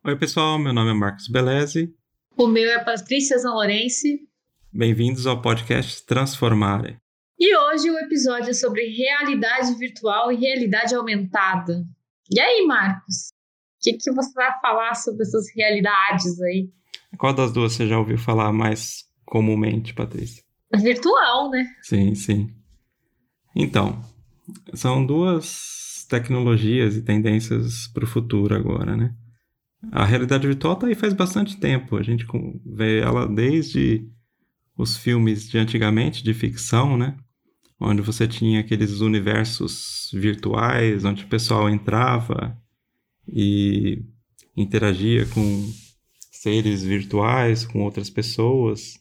Oi, pessoal, meu nome é Marcos Belezi. O meu é Patrícia Zanlorense. Bem-vindos ao podcast Transformare. E hoje o episódio é sobre realidade virtual e realidade aumentada. E aí, Marcos? O que você vai falar sobre essas realidades aí? Qual das duas você já ouviu falar mais comumente, Patrícia? Virtual, né? Sim. Então, são duas tecnologias e tendências para o futuro agora, né? A realidade virtual tá aí faz bastante tempo. A gente vê ela desde os filmes de antigamente, de ficção, né? Onde você tinha aqueles universos virtuais, onde o pessoal entrava e interagia com seres virtuais, com outras pessoas.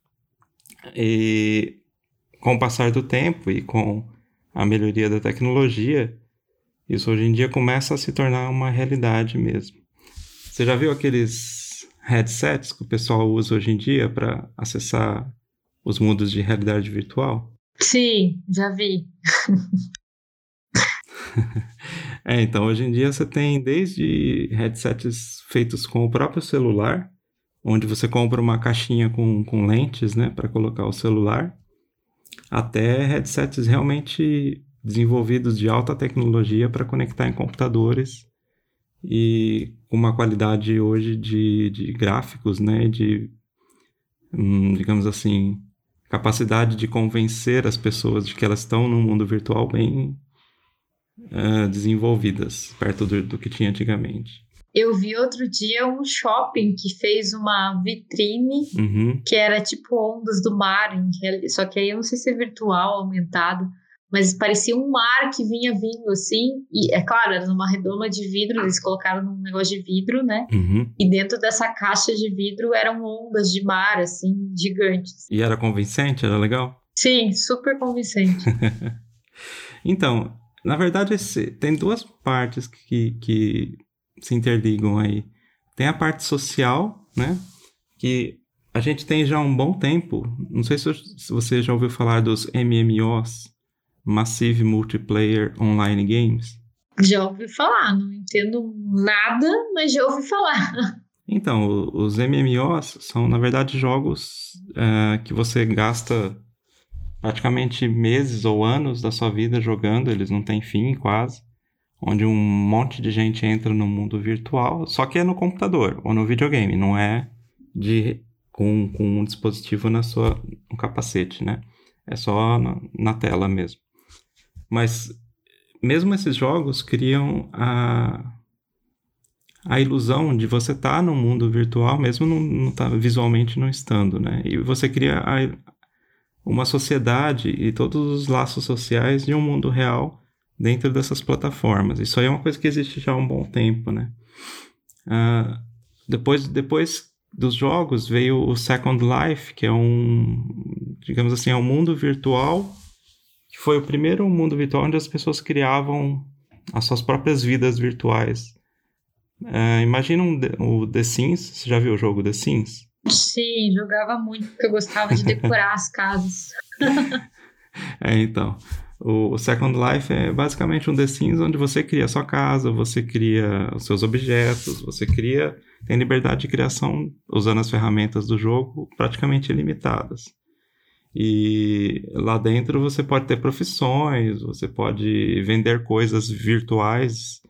E com o passar do tempo e com a melhoria da tecnologia, isso hoje em dia começa a se tornar uma realidade mesmo. Você já viu aqueles headsets que o pessoal usa hoje em dia para acessar os mundos de realidade virtual? Sim, já vi. Então hoje em dia você tem desde headsets feitos com o próprio celular, onde você compra uma caixinha com lentes, né, para colocar o celular, até headsets realmente desenvolvidos de alta tecnologia para conectar em computadores e com uma qualidade hoje de gráficos, né, digamos assim, capacidade de convencer as pessoas de que elas estão num mundo virtual bem desenvolvidas, perto do que tinha antigamente. Eu vi outro dia um shopping que fez uma vitrine que era tipo ondas do mar, só que aí eu não sei se é virtual, aumentado, mas parecia um mar que vinha vindo assim, e é claro, era numa redoma de vidro, eles colocaram num negócio de vidro, né? E dentro dessa caixa de vidro eram ondas de mar, assim, gigantes. E era convincente? Era legal? Sim, super convincente. Então, na verdade, tem duas partes que se interligam aí. Tem a parte social, né? Que a gente tem já há um bom tempo. Não sei se você já ouviu falar dos MMOs, Massive Multiplayer Online Games. Já ouvi falar, não entendo nada, mas já ouvi falar. Então, os MMOs são, na verdade, jogos que você gasta praticamente meses ou anos da sua vida jogando, eles não têm fim quase, onde um monte de gente entra no mundo virtual, só que é no computador ou no videogame, não é com um dispositivo no capacete, né? É só na tela mesmo. Mas mesmo esses jogos criam a ilusão de você estar no mundo virtual, mesmo visualmente não estando, né? E você cria uma sociedade e todos os laços sociais de um mundo real dentro dessas plataformas. Isso aí é uma coisa que existe já há um bom tempo, né? Depois dos jogos veio o Second Life, que é digamos assim, é um mundo virtual, que foi o primeiro mundo virtual onde as pessoas criavam as suas próprias vidas virtuais. Imagina o The Sims. Você já viu o jogo The Sims? Sim, jogava muito, porque eu gostava de decorar as casas. Então, o Second Life é basicamente um The Sims onde você cria a sua casa, você cria os seus objetos, tem liberdade de criação usando as ferramentas do jogo praticamente ilimitadas. E lá dentro você pode ter profissões, você pode vender coisas virtuais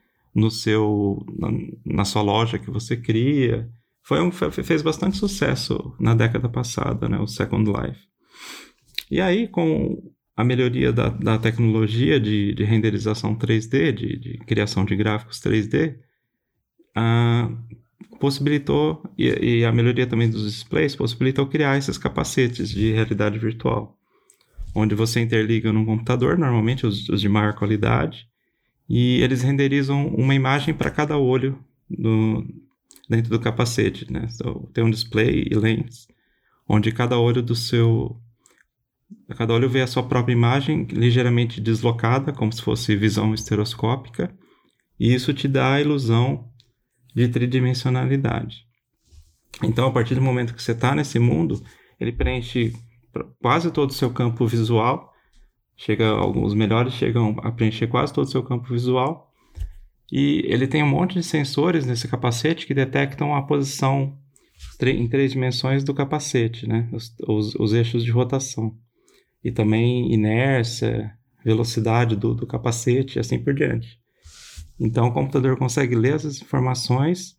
na sua loja que você cria. Fez bastante sucesso na década passada, né, o Second Life. E aí, com a melhoria da tecnologia de renderização 3D, de criação de gráficos 3D, possibilitou, e a melhoria também dos displays, possibilitou criar esses capacetes de realidade virtual, onde você interliga num computador, normalmente os de maior qualidade, e eles renderizam uma imagem para cada olho dentro do capacete, né? Então, tem um display e lentes, onde cada olho vê a sua própria imagem ligeiramente deslocada, como se fosse visão estereoscópica, e isso te dá a ilusão de tridimensionalidade. Então, a partir do momento que você está nesse mundo, ele preenche quase todo o seu campo visual. Os melhores chegam a preencher quase todo o seu campo visual. E ele tem um monte de sensores nesse capacete que detectam a posição em 3 dimensões do capacete, né? Os eixos de rotação. E também inércia, velocidade do capacete e assim por diante. Então o computador consegue ler essas informações,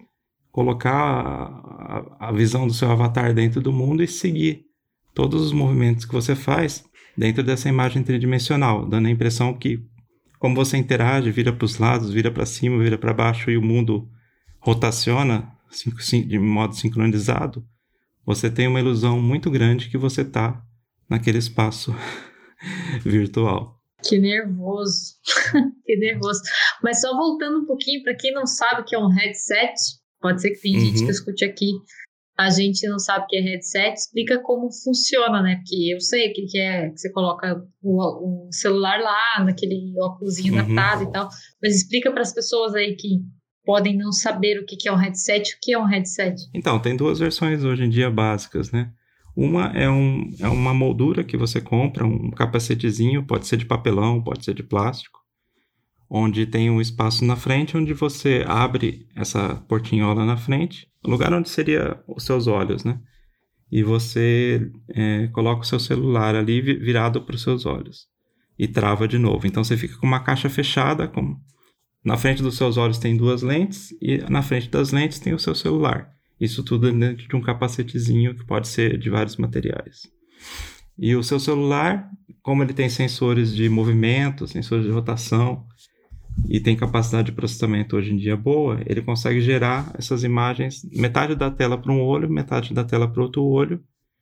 colocar a visão do seu avatar dentro do mundo e seguir todos os movimentos que você faz dentro dessa imagem tridimensional, dando a impressão que, como você interage, vira para os lados, vira para cima, vira para baixo e o mundo rotaciona de modo sincronizado, você tem uma ilusão muito grande que você está naquele espaço virtual. Que nervoso. Que nervoso. Mas só voltando um pouquinho, para quem não sabe o que é um headset, pode ser que tem gente que escute aqui, a gente não sabe o que é headset, explica como funciona, né? Porque eu sei o que é, que você coloca o celular lá, naquele óculosinho adaptado e tal, mas explica para as pessoas aí que podem não saber o que é um headset, o que é um headset. Então, tem 2 versões hoje em dia básicas, né? Uma é uma moldura que você compra, um capacetezinho, pode ser de papelão, pode ser de plástico, onde tem um espaço na frente onde você abre essa portinhola na frente, o lugar onde seria os seus olhos, né? E você coloca o seu celular ali virado para os seus olhos e trava de novo. Então você fica com uma caixa fechada, na frente dos seus olhos tem 2 lentes e na frente das lentes tem o seu celular. Isso tudo dentro de um capacetezinho que pode ser de vários materiais. E o seu celular, como ele tem sensores de movimento, sensores de rotação e tem capacidade de processamento hoje em dia boa, ele consegue gerar essas imagens, metade da tela para um olho, metade da tela para outro olho,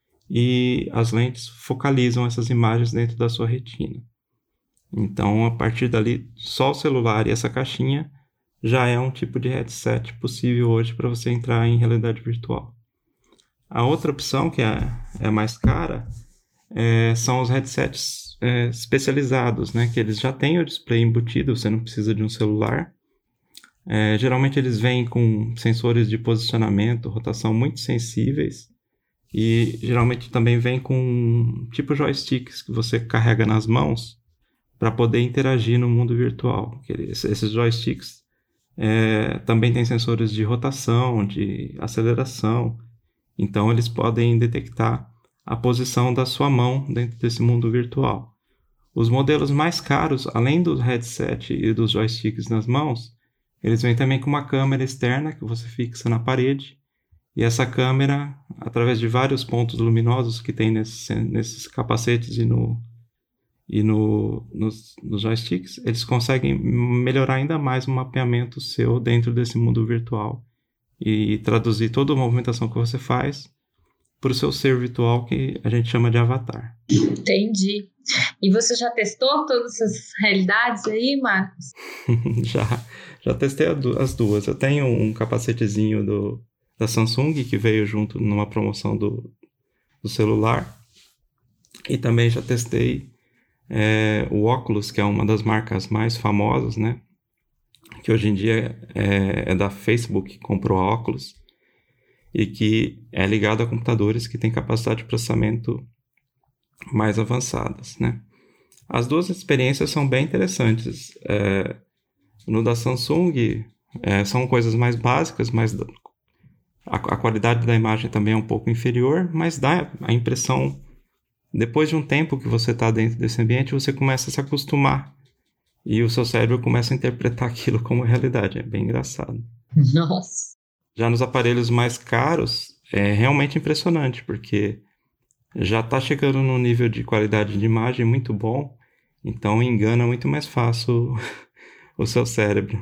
e as lentes focalizam essas imagens dentro da sua retina. Então, a partir dali, só o celular e essa caixinha já é um tipo de headset possível hoje para você entrar em realidade virtual. A outra opção, que é mais cara, são os headsets especializados, né? Que eles já têm o display embutido, você não precisa de um celular. Geralmente eles vêm com sensores de posicionamento, rotação muito sensíveis e geralmente também vem com tipo joysticks que você carrega nas mãos para poder interagir no mundo virtual. Esses joysticks também têm sensores de rotação, de aceleração, então eles podem detectar a posição da sua mão dentro desse mundo virtual. Os modelos mais caros, além do headset e dos joysticks nas mãos, eles vêm também com uma câmera externa que você fixa na parede, e essa câmera, através de vários pontos luminosos que tem nesses capacetes e nos joysticks, eles conseguem melhorar ainda mais o mapeamento seu dentro desse mundo virtual e traduzir toda a movimentação que você faz para o seu ser virtual, que a gente chama de avatar. Entendi. E você já testou todas essas realidades aí, Marcos? Já testei as duas. Eu tenho um capacetezinho da Samsung que veio junto numa promoção do celular, e também já testei o Oculus, que é uma das marcas mais famosas, né? Que hoje em dia é da Facebook, que comprou a Oculus, e que é ligado a computadores que têm capacidade de processamento mais avançadas, né? As duas experiências são bem interessantes. No da Samsung são coisas mais básicas, mas a qualidade da imagem também é um pouco inferior, mas dá a impressão, depois de um tempo que você está dentro desse ambiente, você começa a se acostumar e o seu cérebro começa a interpretar aquilo como realidade. É bem engraçado. Nossa! Já nos aparelhos mais caros, é realmente impressionante, porque já está chegando num nível de qualidade de imagem muito bom, então engana muito mais fácil o seu cérebro.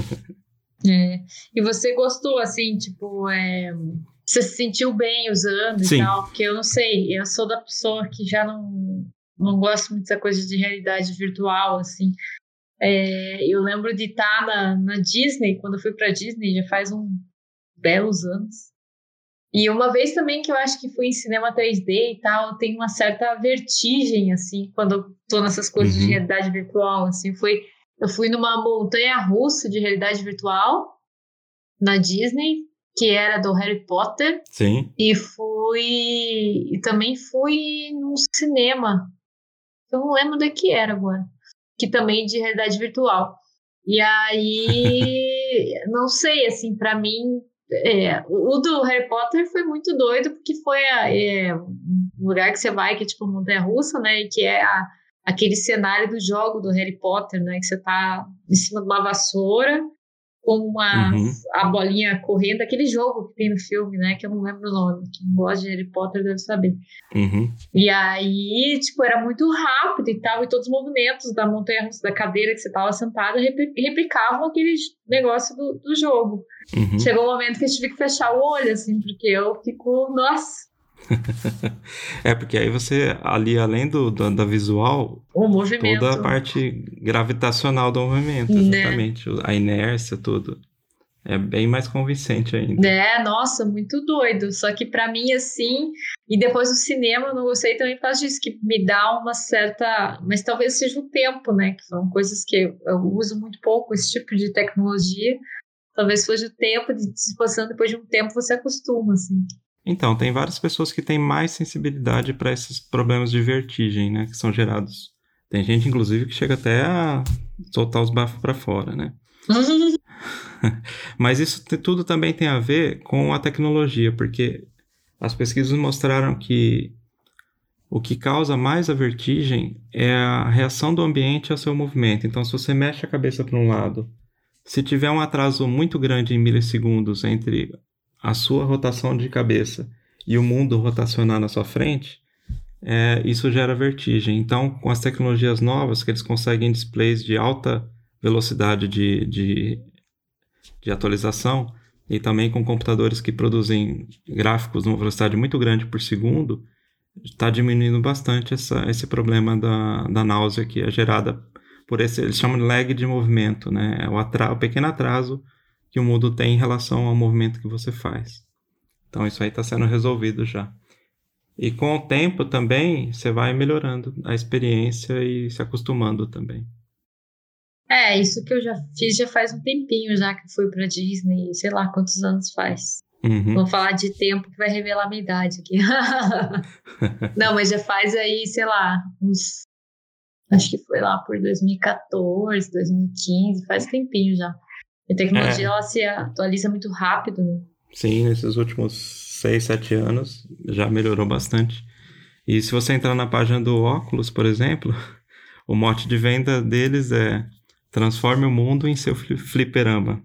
E você gostou, assim, tipo, você se sentiu bem usando Sim. E tal? Porque eu não sei, eu sou da pessoa que já não gosto muito dessa coisa de realidade virtual, assim. Eu lembro de estar na Disney, quando eu fui pra Disney, já faz belos anos. E uma vez também que eu acho que fui em cinema 3D e tal, eu tenho uma certa vertigem, assim, quando eu tô nessas coisas de realidade virtual, assim. Eu fui numa montanha-russa de realidade virtual na Disney, que era do Harry Potter. Sim. E também fui num cinema, eu não lembro do que era agora, que também de realidade virtual. E aí, não sei, assim, pra mim, o do Harry Potter foi muito doido, porque foi um lugar que você vai, que é tipo montanha-russa, né, e que é aquele cenário do jogo do Harry Potter, né, que você tá em cima de uma vassoura, com a bolinha correndo, aquele jogo que tem no filme, né, que eu não lembro o nome, quem gosta de Harry Potter deve saber. E aí, tipo, era muito rápido e tal, e todos os movimentos da montanha-russa, da cadeira que você tava sentada, replicavam aquele negócio do jogo. Chegou um momento que eu tive que fechar o olho, assim, porque eu fico, nossa... Porque aí você, ali além da visual, o movimento, toda a parte gravitacional do movimento, exatamente, a inércia, tudo. É bem mais convincente ainda. Nossa, muito doido. Só que pra mim, assim... E depois do cinema eu não gostei também por causa disso, que me dá uma certa... Mas talvez seja o tempo, né? Que são coisas que eu uso muito pouco, esse tipo de tecnologia. Talvez seja o tempo de se passando, depois de um tempo você acostuma, assim. Então, tem várias pessoas que têm mais sensibilidade para esses problemas de vertigem, né? Que são gerados. Tem gente, inclusive, que chega até a soltar os bafos para fora, né? Mas isso tudo também tem a ver com a tecnologia, porque as pesquisas mostraram que o que causa mais a vertigem é a reação do ambiente ao seu movimento. Então, se você mexe a cabeça para um lado, se tiver um atraso muito grande em milissegundos entre a sua rotação de cabeça e o mundo rotacionar na sua frente, isso gera vertigem. Então, com as tecnologias novas, que eles conseguem displays de alta velocidade de atualização, e também com computadores que produzem gráficos numa velocidade muito grande por segundo, está diminuindo bastante esse problema da náusea que é gerada por eles chamam de lag de movimento, né? O pequeno atraso que o mundo tem em relação ao movimento que você faz. Então isso aí está sendo resolvido já. E com o tempo também você vai melhorando a experiência e se acostumando também. Isso que eu já fiz já faz um tempinho já que fui pra Disney, sei lá quantos anos faz. Vou falar de tempo que vai revelar a minha idade aqui. Não, mas já faz aí, sei lá, acho que foi lá por 2014, 2015, faz tempinho já. A tecnologia ela se atualiza muito rápido, né? Sim, nesses últimos 6, 7 anos já melhorou bastante. E se você entrar na página do Oculus, por exemplo, o mote de venda deles é transforme o mundo em seu fliperama.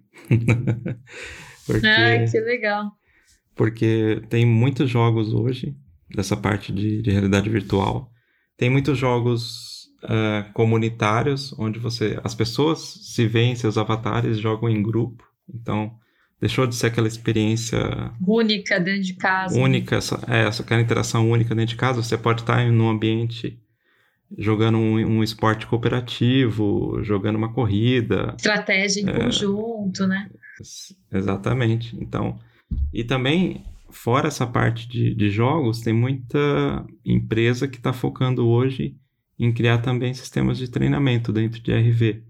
Que legal. Porque tem muitos jogos hoje, dessa parte de realidade virtual. Tem muitos jogos comunitários, onde as pessoas se veem, seus avatares jogam em grupo. Então, deixou de ser aquela experiência... única dentro de casa. Única, aquela interação única dentro de casa. Você pode estar num ambiente jogando um esporte cooperativo, jogando uma corrida. Estratégia em conjunto, né? Exatamente. Então, e também, fora essa parte de jogos, tem muita empresa que está focando hoje em criar também sistemas de treinamento dentro de RV.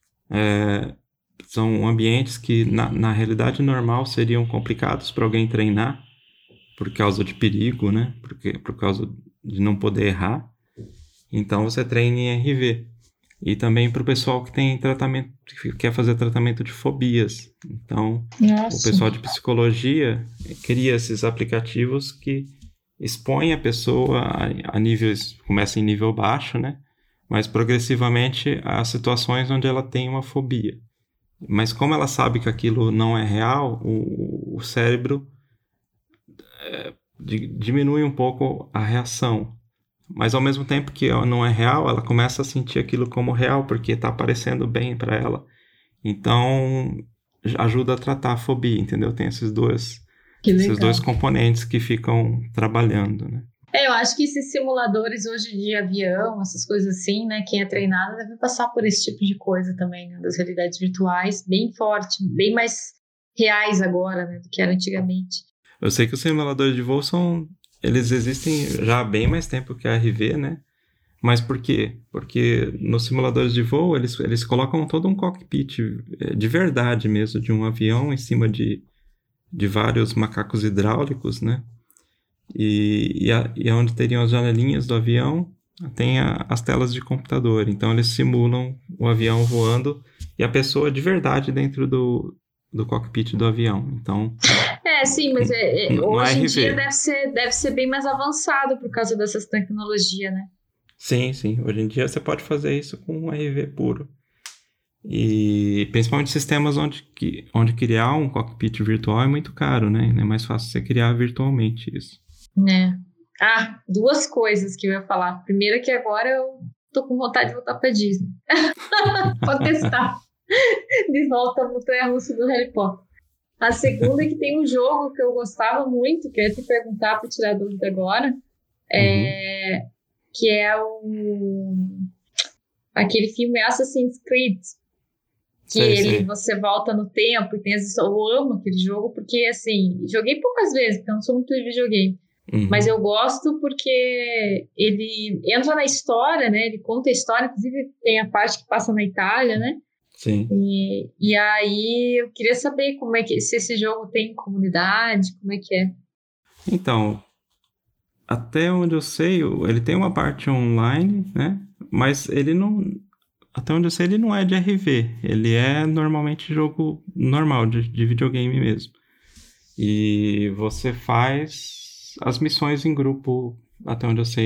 São ambientes que, na realidade normal, seriam complicados para alguém treinar, por causa de perigo, né? Por causa de não poder errar. Então, você treina em RV. E também para o pessoal que tem tratamento, que quer fazer tratamento de fobias. Então, o pessoal de psicologia cria esses aplicativos que expõem a pessoa a níveis, começa em nível baixo, né? Mas progressivamente a situações onde ela tem uma fobia. Mas como ela sabe que aquilo não é real, o cérebro diminui um pouco a reação. Mas ao mesmo tempo que não é real, ela começa a sentir aquilo como real, porque está aparecendo bem para ela. Então, ajuda a tratar a fobia, entendeu? Tem esses dois componentes que ficam trabalhando, né? Eu acho que esses simuladores hoje de avião, essas coisas assim, né? Quem é treinado deve passar por esse tipo de coisa também, né? Das realidades virtuais, bem forte, bem mais reais agora, né? Do que era antigamente. Eu sei que os simuladores de voo eles existem já há bem mais tempo que a RV, né? Mas por quê? Porque nos simuladores de voo, eles colocam todo um cockpit de verdade mesmo, de um avião em cima de vários macacos hidráulicos, né? E onde teriam as janelinhas do avião, tem as telas de computador. Então, eles simulam o avião voando e a pessoa de verdade dentro do cockpit do avião. Então... sim, mas hoje em dia RV. deve ser bem mais avançado por causa dessas tecnologias, né? Sim. Hoje em dia você pode fazer isso com um RV puro. E principalmente sistemas onde criar um cockpit virtual é muito caro, né? É mais fácil você criar virtualmente isso. Né? Duas coisas que eu ia falar. Primeiro que agora eu tô com vontade de voltar pra Disney. Pra testar. De volta à montanha-russa do Harry Potter. A segunda é que tem um jogo que eu gostava muito, que eu ia te perguntar para tirar dúvida agora, que é aquele filme Assassin's Creed, que você volta no tempo e tem eu amo aquele jogo, porque assim, joguei poucas vezes, porque eu não sou muito de videogame, mas eu gosto porque ele entra na história, né? Ele conta a história, inclusive tem a parte que passa na Itália, né? Sim. E aí eu queria saber como é que se esse jogo tem comunidade, como é que é? Então, até onde eu sei, ele tem uma parte online, né? Mas ele não... Até onde eu sei, ele não é de RV. Ele é normalmente jogo normal, de videogame mesmo. E você faz as missões em grupo, até onde eu sei,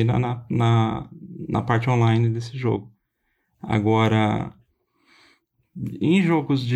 na parte online desse jogo. Agora, em jogos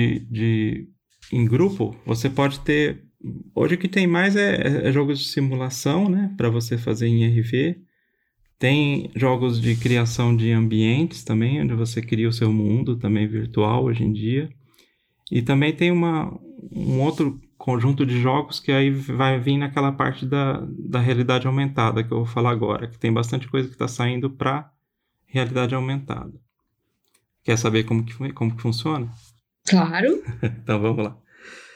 em grupo, você pode ter... Hoje o que tem mais é jogos de simulação, né? Para você fazer em RV. Tem jogos de criação de ambientes também, onde você cria o seu mundo também virtual hoje em dia. E também tem um outro conjunto de jogos que aí vai vir naquela parte da realidade aumentada que eu vou falar agora, que tem bastante coisa que está saindo para realidade aumentada. Quer saber como que funciona? Claro. Então vamos lá.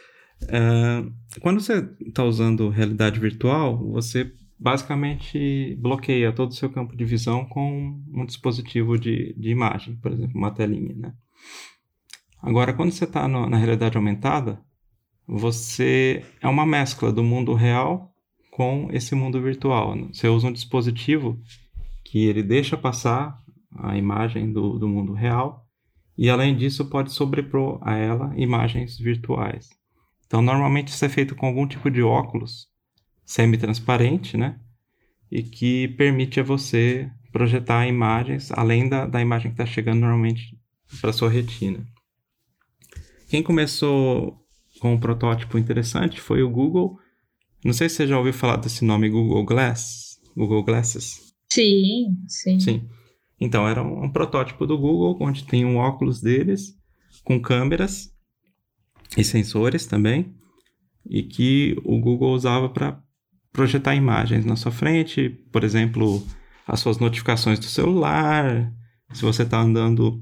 Quando você está usando realidade virtual, você basicamente bloqueia todo o seu campo de visão com um dispositivo de imagem, por exemplo, uma telinha, né? Agora, quando você está na realidade aumentada, você é uma mescla do mundo real com esse mundo virtual. Você usa um dispositivo que ele deixa passar a imagem do mundo real e, além disso, pode sobrepor a ela imagens virtuais. Então, normalmente isso é feito com algum tipo de óculos semi-transparente, né? E que permite a você projetar imagens além da imagem que está chegando normalmente para sua retina. Quem começou com um protótipo interessante foi o Google. Não sei se você já ouviu falar desse nome, Google Glasses. Sim. Então, era um protótipo do Google, onde tem um óculos deles, com câmeras e sensores também, e que o Google usava para projetar imagens na sua frente, por exemplo, as suas notificações do celular, se você está andando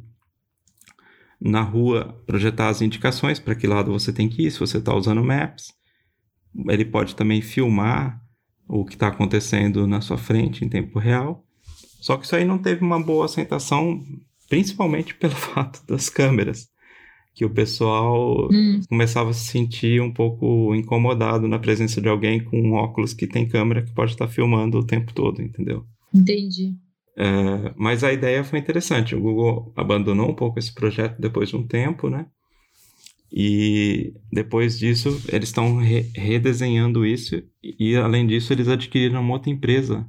na rua, projetar as indicações para que lado você tem que ir, se você está usando Maps. Ele pode também filmar o que está acontecendo na sua frente em tempo real. Só que isso aí não teve uma boa aceitação, principalmente pelo fato das câmeras, que o pessoal começava a se sentir um pouco incomodado na presença de alguém com um óculos que tem câmera que pode estar filmando o tempo todo, entendeu? Entendi. Mas a ideia foi interessante. O Google abandonou um pouco esse projeto depois de um tempo, né? E depois disso, eles estão redesenhando isso e, além disso, eles adquiriram uma outra empresa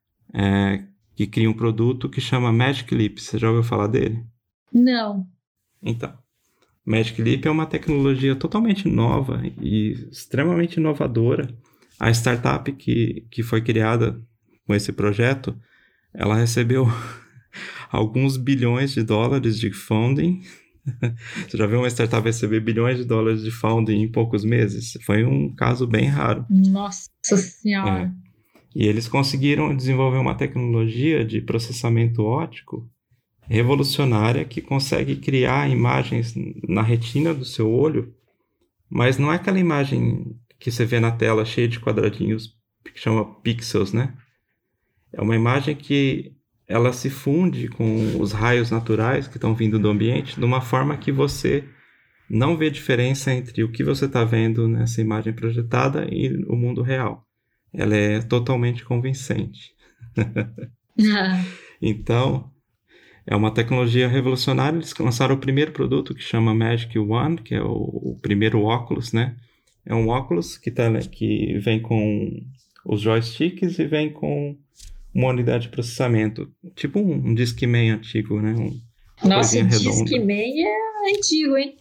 que cria um produto que chama Magic Leap. Você já ouviu falar dele? Não. Então, Magic Leap é uma tecnologia totalmente nova e extremamente inovadora. A startup que foi criada com esse projeto, ela recebeu alguns bilhões de dólares de funding. Você já viu uma startup receber bilhões de dólares de funding em poucos meses? Foi um caso bem raro. Nossa Senhora! E eles conseguiram desenvolver uma tecnologia de processamento óptico revolucionária que consegue criar imagens na retina do seu olho, mas não é aquela imagem que você vê na tela cheia de quadradinhos, que chama pixels, né? É uma imagem que ela se funde com os raios naturais que estão vindo do ambiente de uma forma que você não vê diferença entre o que você está vendo nessa imagem projetada e o mundo real. Ela é totalmente convincente. Então, É uma tecnologia revolucionária. Eles lançaram o primeiro produto que chama Magic One, que é o primeiro óculos, né? É um óculos que vem com os joysticks e vem com uma unidade de processamento. Tipo um Discman antigo, né? Nossa, Discman é antigo, hein?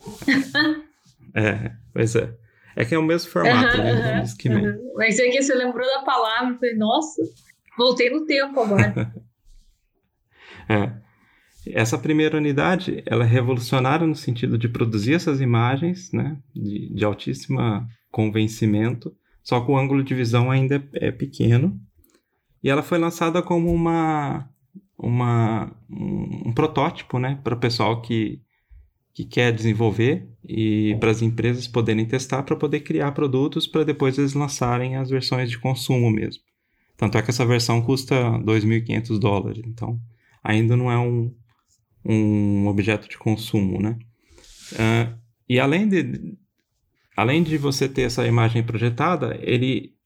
Pois é. É que é o mesmo formato, né? Discman. Mas é que você lembrou da palavra, falei, nossa, voltei no tempo agora. Essa primeira unidade, ela é revolucionária no sentido de produzir essas imagens, né, de altíssimo convencimento, só que o ângulo de visão ainda é pequeno. E ela foi lançada como um protótipo, né, para o pessoal que quer desenvolver e para as empresas poderem testar, para poder criar produtos para depois eles lançarem as versões de consumo mesmo. Tanto é que essa versão custa $2.500, então ainda não é um objeto de consumo, né? E além de você ter essa imagem projetada, ele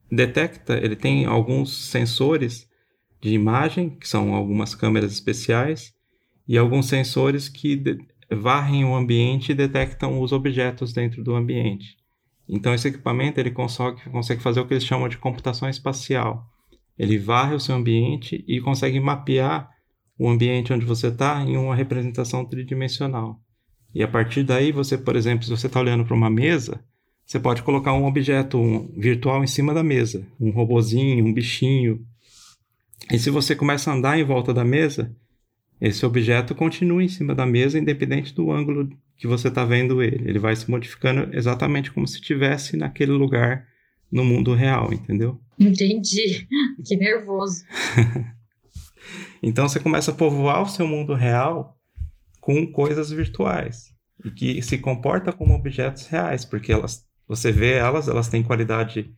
tem alguns sensores de imagem, que são algumas câmeras especiais, e alguns sensores que varrem o ambiente e detectam os objetos dentro do ambiente. Então esse equipamento ele consegue fazer o que eles chamam de computação espacial. Ele varre o seu ambiente e consegue mapear o ambiente onde você está em uma representação tridimensional. E a partir daí, você, por exemplo, se você está olhando para uma mesa, você pode colocar um objeto virtual em cima da mesa, um robozinho, um bichinho. E se você começa a andar em volta da mesa, esse objeto continua em cima da mesa, independente do ângulo que você está vendo ele. Ele vai se modificando exatamente como se estivesse naquele lugar no mundo real, entendeu? Entendi. Que nervoso. Então você começa a povoar o seu mundo real com coisas virtuais e que se comportam como objetos reais, porque você vê elas têm qualidade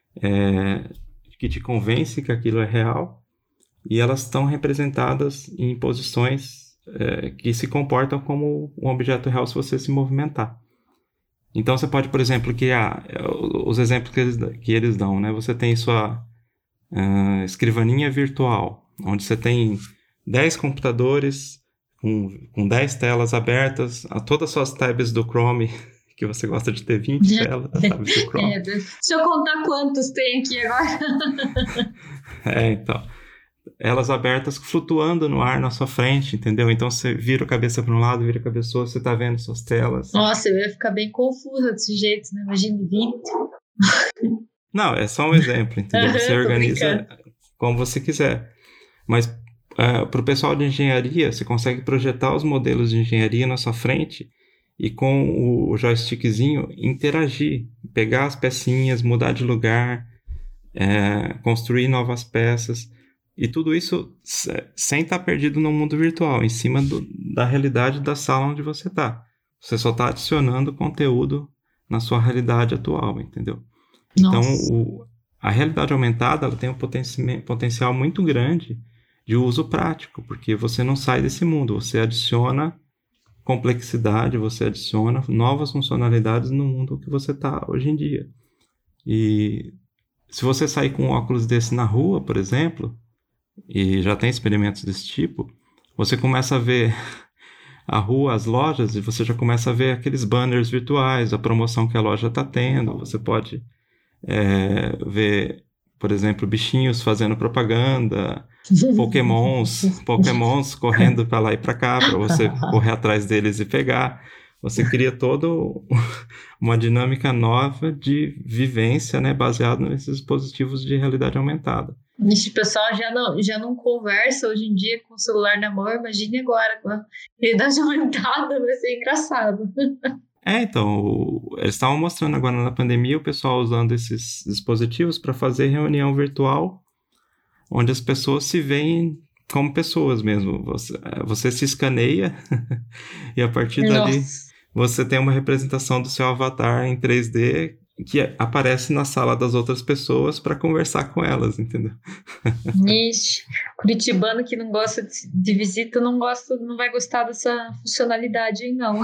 que te convence que aquilo é real e elas estão representadas em posições que se comportam como um objeto real se você se movimentar. Então você pode, por exemplo, criar os exemplos que eles dão, né? Você tem sua escrivaninha virtual, onde você tem 10 computadores com 10 telas abertas, todas as suas tabs do Chrome, que você gosta de ter 20 telas, tabs do Chrome. Deixa eu contar quantos tem aqui agora. Então, elas abertas flutuando no ar na sua frente, entendeu? Então você vira a cabeça para um lado, vira a cabeça para o outro, você está vendo suas telas. Nossa, eu ia ficar bem confusa desse jeito, né? Imagina 20. Não, é só um exemplo, entendeu? Você organiza como você quiser. Mas para o pessoal de engenharia, você consegue projetar os modelos de engenharia na sua frente e com o joystickzinho interagir, pegar as pecinhas, mudar de lugar, construir novas peças, e tudo isso sem estar perdido no mundo virtual, em cima da realidade da sala onde você está. Você só está adicionando conteúdo na sua realidade atual, entendeu? Nossa. Então, a realidade aumentada ela tem um potencial muito grande de uso prático, porque você não sai desse mundo, você adiciona complexidade, você adiciona novas funcionalidades no mundo que você está hoje em dia. E se você sair com um óculos desse na rua, por exemplo, e já tem experimentos desse tipo, você começa a ver a rua, as lojas, e você já começa a ver aqueles banners virtuais, a promoção que a loja está tendo, você pode ver, por exemplo, bichinhos fazendo propaganda, pokémons correndo para lá e para cá, para você correr atrás deles e pegar. Você cria toda uma dinâmica nova de vivência, né, baseado nesses dispositivos de realidade aumentada. Esse pessoal já não conversa hoje em dia com o celular na mão, imagine agora com a realidade aumentada, vai ser engraçado. Então, eles estavam mostrando agora na pandemia o pessoal usando esses dispositivos para fazer reunião virtual, onde as pessoas se veem como pessoas mesmo. Você se escaneia e a partir dali você tem uma representação do seu avatar em 3D que aparece na sala das outras pessoas para conversar com elas, entendeu? Ixi, curitibano que não gosta de visita não vai gostar dessa funcionalidade aí, não.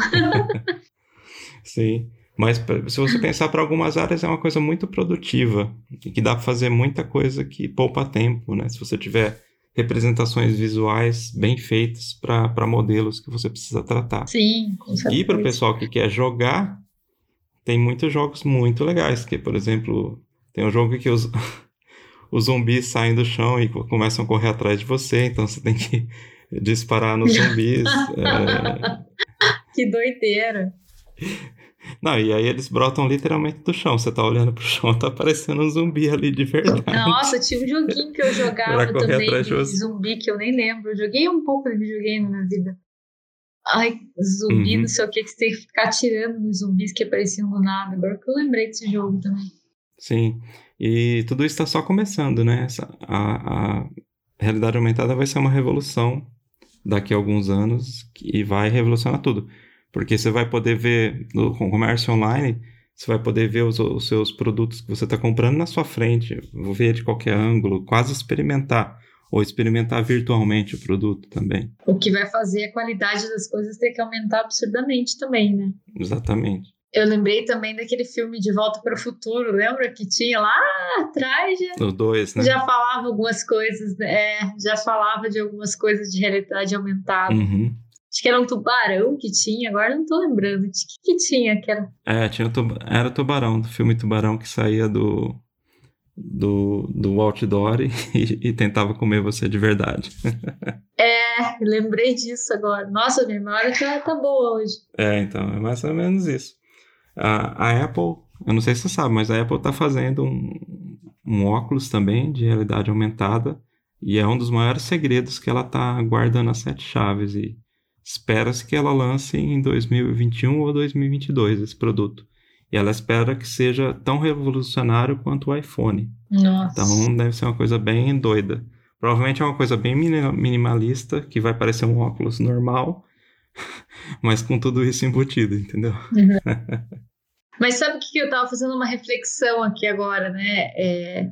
Sim, mas se você pensar para algumas áreas é uma coisa muito produtiva e que dá para fazer muita coisa que poupa tempo, né? Se você tiver representações visuais bem feitas para modelos que você precisa tratar. Sim, com certeza. E para o pessoal que quer jogar, tem muitos jogos muito legais, que, por exemplo, tem um jogo que os zumbis saem do chão e começam a correr atrás de você, então você tem que disparar nos zumbis. Que doideira. Não, e aí eles brotam literalmente do chão. Você tá olhando pro chão, tá aparecendo um zumbi ali de verdade. Nossa, tinha um joguinho que eu jogava também de zumbi, que eu nem lembro. Eu joguei um pouco de videogame na minha vida. Ai, zumbi, não sei o que você tem que ficar atirando nos zumbis que apareciam do nada. Agora que eu lembrei desse jogo também. Sim, e tudo isso tá só começando, né? A realidade aumentada vai ser uma revolução daqui a alguns anos e vai revolucionar tudo. Porque você vai poder ver, com o comércio online, você vai poder ver os seus produtos que você está comprando na sua frente, ver de qualquer ângulo, quase experimentar, ou experimentar virtualmente o produto também. O que vai fazer a qualidade das coisas ter que aumentar absurdamente também, né? Exatamente. Eu lembrei também daquele filme De Volta para o Futuro, lembra que tinha lá atrás? O 2, né? Já falava algumas coisas, já falava de algumas coisas de realidade aumentada. Uhum. Acho que era um tubarão que tinha, agora não tô lembrando. De que tinha que era? Era o tubarão, do filme Tubarão, que saía do outdoor e tentava comer você de verdade. Lembrei disso agora. Nossa, minha memória tá boa hoje. Então, é mais ou menos isso. A Apple, eu não sei se você sabe, mas a Apple tá fazendo um óculos também de realidade aumentada e é um dos maiores segredos que ela tá guardando as 7 chaves e espera-se que ela lance em 2021 ou 2022 esse produto. E ela espera que seja tão revolucionário quanto o iPhone. Nossa. Então deve ser uma coisa bem doida. Provavelmente é uma coisa bem minimalista, que vai parecer um óculos normal, mas com tudo isso embutido, entendeu? Uhum. Mas sabe o que eu tava fazendo uma reflexão aqui agora, né?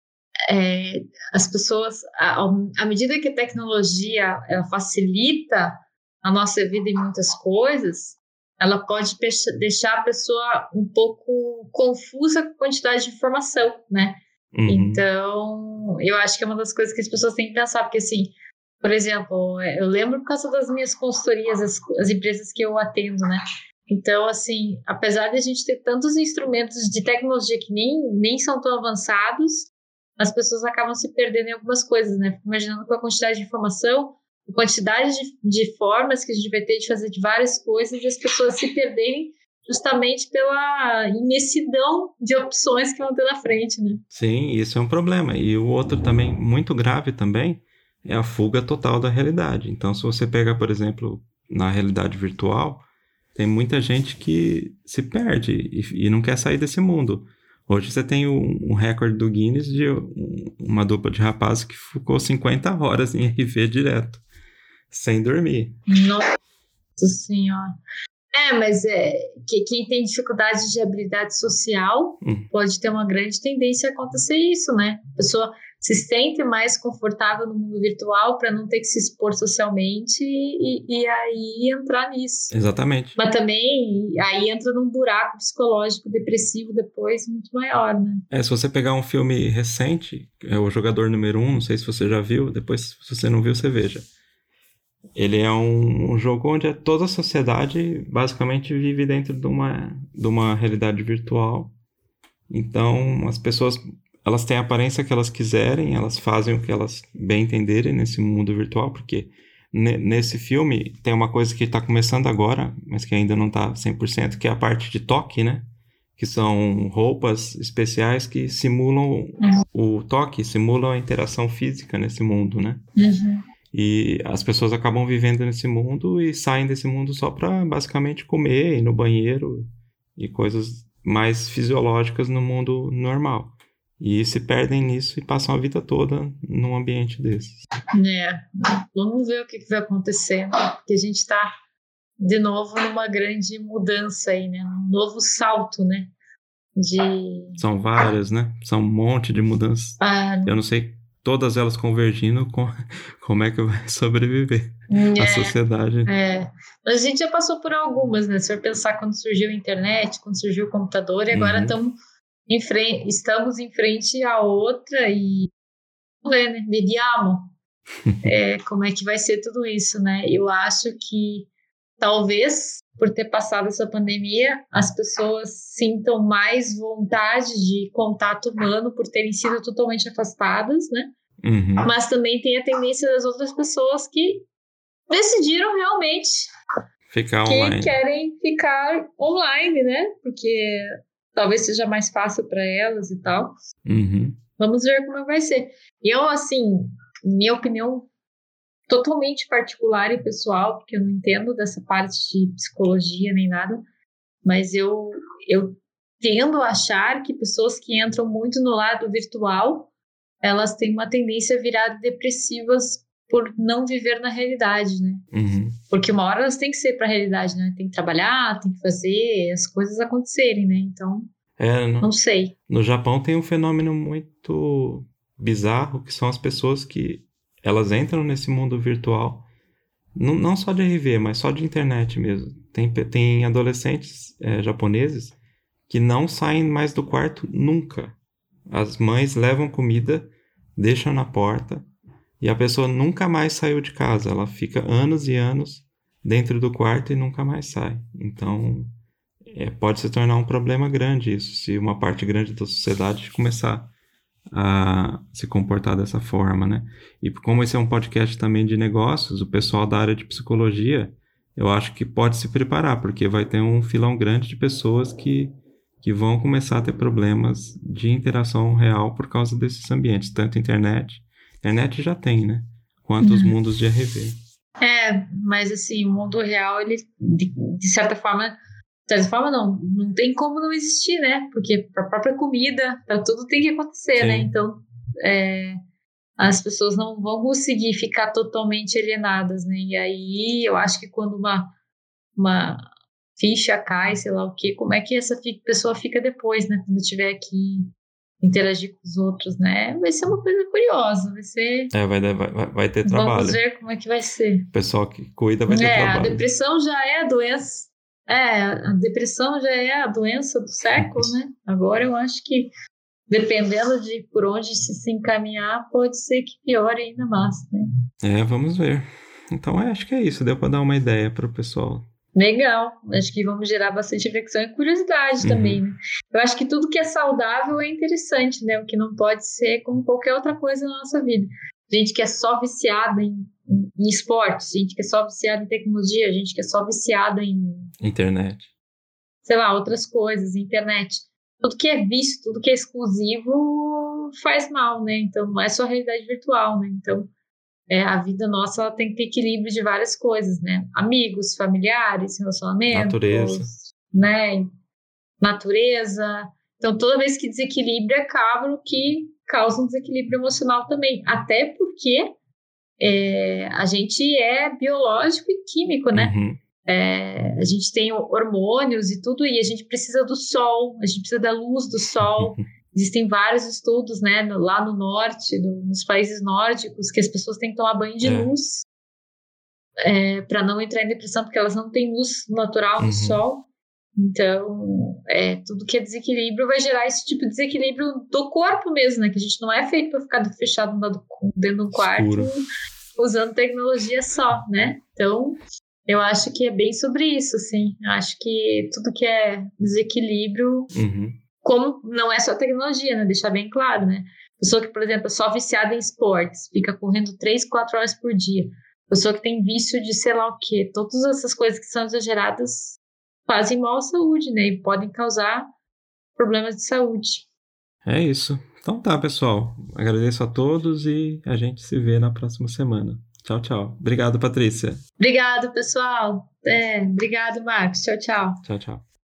As pessoas, à medida que a tecnologia ela facilita a nossa vida em muitas coisas, ela pode deixar a pessoa um pouco confusa com a quantidade de informação, né? Uhum. Então, eu acho que é uma das coisas que as pessoas têm que pensar, porque assim, por exemplo, eu lembro por causa das minhas consultorias, as empresas que eu atendo, né? Então, assim, apesar de a gente ter tantos instrumentos de tecnologia que nem são tão avançados, as pessoas acabam se perdendo em algumas coisas, né? Fico imaginando com a quantidade de informação, a quantidade de formas que a gente vai ter de fazer de várias coisas e as pessoas se perderem justamente pela imensidão de opções que vão ter na frente, né? Sim, isso é um problema. E o outro também, muito grave também, é a fuga total da realidade. Então, se você pegar, por exemplo, na realidade virtual, tem muita gente que se perde e não quer sair desse mundo. Hoje você tem um recorde do Guinness de uma dupla de rapazes que ficou 50 horas em RV direto, sem dormir. Nossa Senhora. Mas quem tem dificuldade de habilidade social pode ter uma grande tendência a acontecer isso, né? A pessoa se sente mais confortável no mundo virtual para não ter que se expor socialmente e aí entrar nisso. Exatamente. Mas também aí entra num buraco psicológico depressivo depois muito maior, né? Se você pegar um filme recente, é O Jogador Número 1, não sei se você já viu, depois se você não viu, você veja. Ele é um jogo onde toda a sociedade basicamente vive dentro de uma realidade virtual. Então, as pessoas, elas têm a aparência que elas quiserem, elas fazem o que elas bem entenderem nesse mundo virtual, porque nesse filme tem uma coisa que está começando agora, mas que ainda não está 100%, que é a parte de toque, né? Que são roupas especiais que simulam o toque, simulam a interação física nesse mundo, né? Uhum. E as pessoas acabam vivendo nesse mundo e saem desse mundo só para basicamente comer, ir no banheiro e coisas mais fisiológicas no mundo normal. E se perdem nisso e passam a vida toda num ambiente desses. Vamos ver o que vai acontecer, né? Porque a gente está de novo numa grande mudança aí, né? Um novo salto, né? São várias, né? São um monte de mudanças. Eu não sei todas elas convergindo, como é que vai sobreviver a sociedade. Mas a gente já passou por algumas, né? Se for pensar quando surgiu a internet, quando surgiu o computador, e agora estamos em frente a outra e vamos ver, né? Vediamo. como é que vai ser tudo isso, né? Eu acho que talvez por ter passado essa pandemia, as pessoas sintam mais vontade de contato humano por terem sido totalmente afastadas, né? Uhum. Mas também tem a tendência das outras pessoas que decidiram realmente ficar que online. querem ficar online, né? Porque talvez seja mais fácil para elas e tal. Uhum. Vamos ver como vai ser. Eu, assim, minha opinião totalmente particular e pessoal, porque eu não entendo dessa parte de psicologia nem nada, mas eu tendo a achar que pessoas que entram muito no lado virtual, elas têm uma tendência a virar depressivas por não viver na realidade, né? Uhum. Porque uma hora elas têm que ser para a realidade, né? Tem que trabalhar, tem que fazer as coisas acontecerem, né? Então, não sei. No Japão tem um fenômeno muito bizarro, que são as pessoas que elas entram nesse mundo virtual, não só de RV, mas só de internet mesmo. Tem adolescentes japoneses que não saem mais do quarto nunca. As mães levam comida, deixam na porta, e a pessoa nunca mais saiu de casa. Ela fica anos e anos dentro do quarto e nunca mais sai. Então, pode se tornar um problema grande isso, se uma parte grande da sociedade começar a se comportar dessa forma, né? E como esse é um podcast também de negócios, o pessoal da área de psicologia, eu acho que pode se preparar, porque vai ter um filão grande de pessoas que vão começar a ter problemas de interação real por causa desses ambientes, tanto internet já tem, né? Quanto os mundos de RV. Mas assim, o mundo real, ele, de certa forma não tem como não existir, né? Porque para a própria comida, para tudo tem que acontecer, né? Então, as pessoas não vão conseguir ficar totalmente alienadas, né? E aí, eu acho que quando uma ficha cai, sei lá o quê, como é que essa pessoa fica depois, né? Quando tiver que interagir com os outros, né? Vai ser uma coisa curiosa, vai ser... vai ter trabalho. Vamos ver como é que vai ser. O pessoal que cuida vai ter trabalho. A depressão já é a doença. A depressão já é a doença do século, né? Agora eu acho que, dependendo de por onde se encaminhar, pode ser que piore ainda mais, né? Vamos ver. Então, acho que é isso. Deu para dar uma ideia para o pessoal. Legal. Acho que vamos gerar bastante reflexão e curiosidade também, né? Eu acho que tudo que é saudável é interessante, né? O que não pode ser como qualquer outra coisa na nossa vida. Gente que é só viciada em esportes, gente que é só viciada em tecnologia, gente que é só viciada em... internet. Sei lá, outras coisas, internet. Tudo que é vício, tudo que é exclusivo faz mal, né? Então, não é só realidade virtual, né? Então, a vida nossa ela tem que ter equilíbrio de várias coisas, né? Amigos, familiares, relacionamentos, natureza, né? Natureza. Então, toda vez que desequilibra, acaba que causa um desequilíbrio emocional também. Até porque a gente é biológico e químico, né? A gente tem hormônios e tudo, e a gente precisa do sol, a gente precisa da luz do sol. Existem vários estudos, né, lá no norte, nos países nórdicos, que as pessoas têm que tomar banho de luz para não entrar em depressão, porque elas não têm luz natural no sol. Então, tudo que é desequilíbrio vai gerar esse tipo de desequilíbrio do corpo mesmo, né? Que a gente não é feito para ficar fechado dentro de um quarto usando tecnologia só, né? Então, eu acho que é bem sobre isso, assim. Eu acho que tudo que é desequilíbrio, como não é só tecnologia, né? Deixar bem claro, né? Pessoa que, por exemplo, é só viciada em esportes, fica correndo 3, 4 horas por dia. Pessoa que tem vício de sei lá o quê. Todas essas coisas que são exageradas fazem mal à saúde, né? E podem causar problemas de saúde. É isso. Então tá, pessoal. Agradeço a todos e a gente se vê na próxima semana. Tchau, tchau. Obrigado, Patrícia. Obrigado, pessoal. Obrigado, Marcos. Tchau, tchau. Tchau, tchau.